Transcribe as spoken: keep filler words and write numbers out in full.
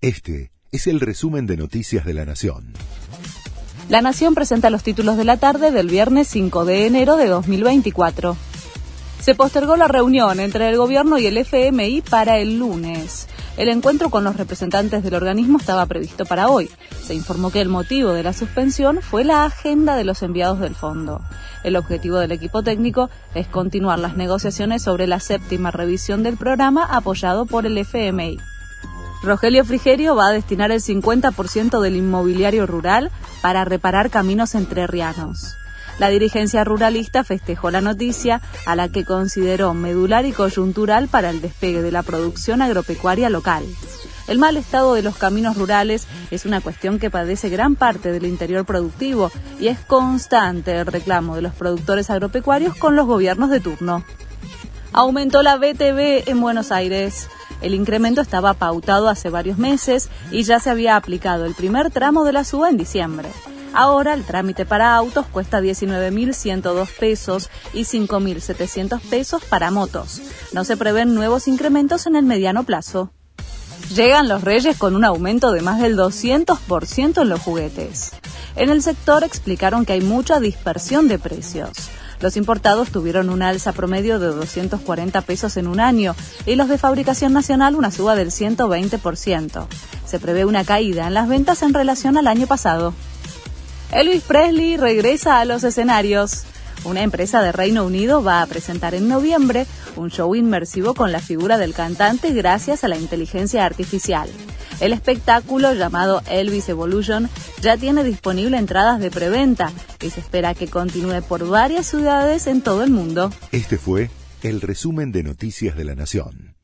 Este es el resumen de Noticias de la Nación. La Nación presenta los títulos de la tarde del viernes cinco de enero de dos mil veinticuatro. Se postergó la reunión entre el gobierno y el F M I para el lunes. El encuentro con los representantes del organismo estaba previsto para hoy. Se informó que el motivo de la suspensión fue la agenda de los enviados del fondo. El objetivo del equipo técnico es continuar las negociaciones sobre la séptima revisión del programa apoyado por el F M I. Rogelio Frigerio va a destinar el cincuenta por ciento del inmobiliario rural para reparar caminos entrerrianos. La dirigencia ruralista festejó la noticia, a la que consideró medular y coyuntural para el despegue de la producción agropecuaria local. El mal estado de los caminos rurales es una cuestión que padece gran parte del interior productivo y es constante el reclamo de los productores agropecuarios con los gobiernos de turno. Aumentó la B T V en Buenos Aires. El incremento estaba pautado hace varios meses y ya se había aplicado el primer tramo de la suba en diciembre. Ahora el trámite para autos cuesta diecinueve mil ciento dos pesos y cinco mil setecientos pesos para motos. No se prevén nuevos incrementos en el mediano plazo. Llegan los Reyes con un aumento de más del doscientos por ciento en los juguetes. En el sector explicaron que hay mucha dispersión de precios. Los importados tuvieron una alza promedio de doscientos cuarenta pesos en un año y los de fabricación nacional una suba del ciento veinte por ciento. Se prevé una caída en las ventas en relación al año pasado. Elvis Presley regresa a los escenarios. Una empresa de Reino Unido va a presentar en noviembre un show inmersivo con la figura del cantante gracias a la inteligencia artificial. El espectáculo, llamado Elvis Evolution, ya tiene disponible entradas de preventa y se espera que continúe por varias ciudades en todo el mundo. Este fue el resumen de Noticias de la Nación.